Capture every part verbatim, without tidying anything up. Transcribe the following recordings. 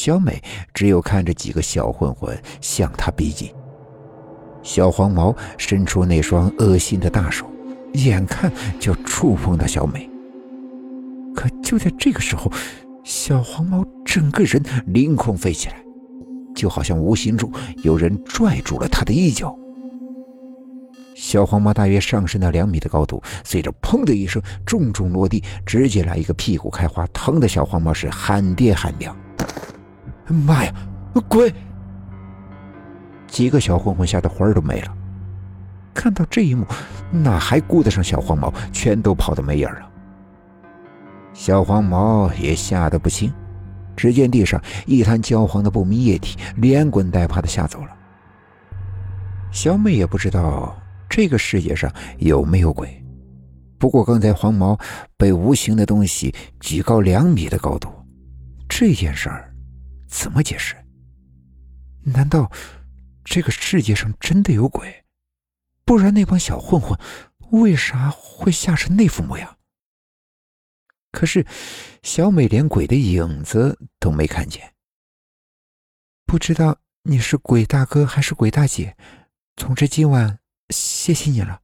小美只有看着几个小混混向她逼近。小黄毛伸出那双恶心的大手，眼看就触碰到小美。可就在这个时候，小黄毛整个人凌空飞起来，就好像无形中有人拽住了他的衣角。小黄毛大约上升到两米的高度，随着砰的一声重重落地，直接来一个屁股开花，疼的小黄毛是喊爹喊娘。妈呀，鬼！几个小混混吓得魂儿都没了。看到这一幕，哪还顾得上小黄毛，全都跑得没影了。小黄毛也吓得不轻，只见地上一滩焦黄的不明液体，连滚带爬的吓走了。小美也不知道这个世界上有没有鬼，不过刚才黄毛被无形的东西举高两米的高度，这件事儿怎么解释？难道这个世界上真的有鬼？不然那帮小混混为啥会吓成那副模样？可是小美连鬼的影子都没看见。不知道你是鬼大哥还是鬼大姐，总之今晚谢谢你了。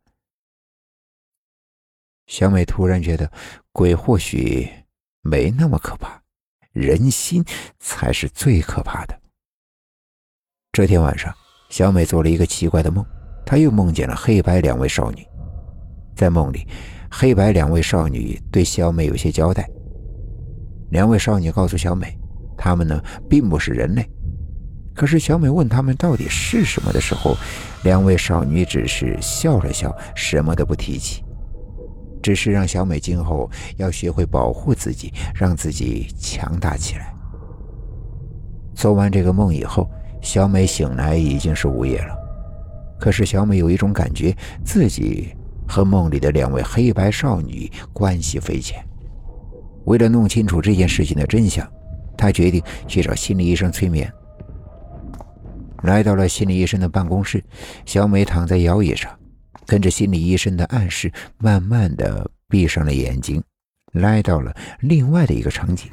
小美突然觉得鬼或许没那么可怕，人心才是最可怕的。这天晚上，小美做了一个奇怪的梦，她又梦见了黑白两位少女。在梦里，黑白两位少女对小美有些交代。两位少女告诉小美，她们呢并不是人类。可是小美问她们到底是什么的时候，两位少女只是笑了笑，什么都不提起，只是让小美今后要学会保护自己，让自己强大起来。做完这个梦以后，小美醒来已经是午夜了。可是小美有一种感觉，自己和梦里的两位黑白少女关系匪浅。为了弄清楚这件事情的真相，她决定去找心理医生催眠。来到了心理医生的办公室，小美躺在摇椅上，跟着心理医生的暗示，慢慢地闭上了眼睛，来到了另外的一个场景。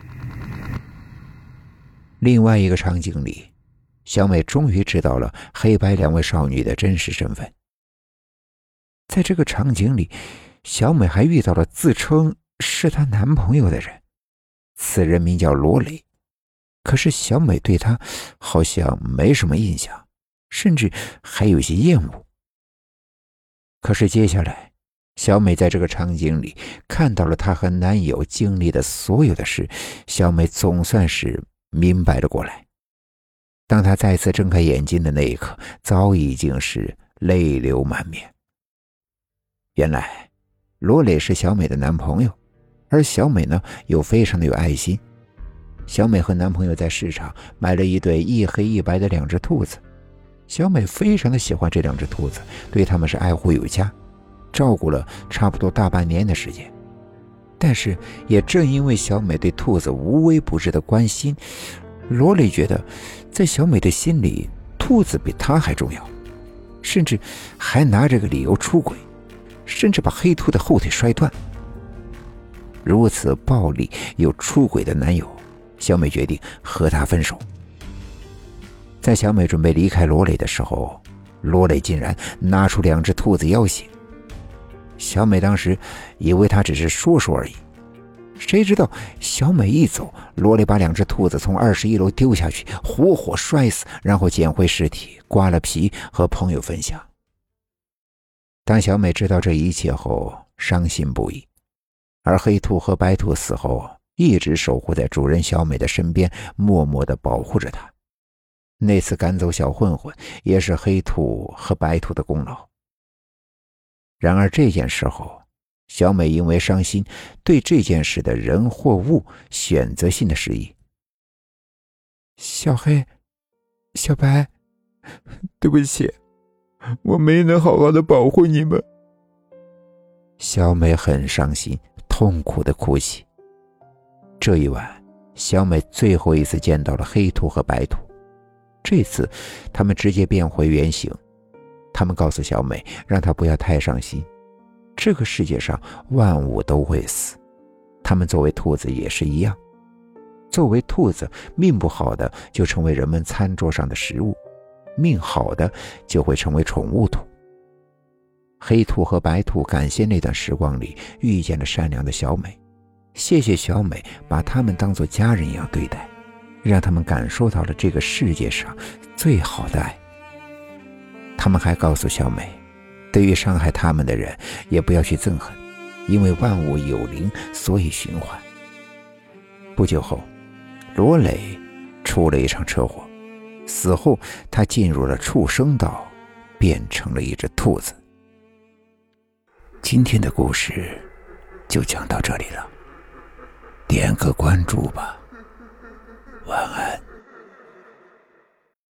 另外一个场景里，小美终于知道了黑白两位少女的真实身份。在这个场景里，小美还遇到了自称是她男朋友的人，此人名叫罗雷。可是小美对他好像没什么印象，甚至还有些厌恶。可是接下来，小美在这个场景里看到了她和男友经历的所有的事，小美总算是明白了过来。当她再次睁开眼睛的那一刻，早已经是泪流满面。原来罗磊是小美的男朋友，而小美呢又非常的有爱心。小美和男朋友在市场买了一对一黑一白的两只兔子，小美非常的喜欢这两只兔子，对它们是爱护有加，照顾了差不多大半年的时间。但是也正因为小美对兔子无微不至的关心，罗磊觉得在小美的心里，兔子比他还重要，甚至还拿这个理由出轨，甚至把黑兔的后腿摔断。如此暴力又出轨的男友，小美决定和他分手。在小美准备离开罗磊的时候，罗磊竟然拿出两只兔子要挟。小美当时以为他只是说说而已，谁知道小美一走，罗磊把两只兔子从二十一楼丢下去，活活摔死，然后捡回尸体，刮了皮和朋友分享。当小美知道这一切后，伤心不已。而黑兔和白兔死后，一直守护在主人小美的身边，默默地保护着她。那次赶走小混混，也是黑兔和白兔的功劳。然而这件事后，小美因为伤心，对这件事的人或物选择性的失忆。小黑，小白，对不起，我没能好好的保护你们。小美很伤心，痛苦的哭泣。这一晚，小美最后一次见到了黑兔和白兔。这次他们直接变回原形。他们告诉小美，让她不要太伤心，这个世界上万物都会死，他们作为兔子也是一样。 作为兔子，命不好的就成为人们餐桌上的食物，命好的就会成为宠物兔。黑兔和白兔感谢那段时光里遇见了善良的小美，谢谢小美把他们当作家人一样对待，让他们感受到了这个世界上最好的爱。他们还告诉小美，对于伤害他们的人也不要去憎恨，因为万物有灵，所以循环。不久后，罗蕾出了一场车祸，死后他进入了畜生道，变成了一只兔子。今天的故事就讲到这里了，点个关注吧，晚安。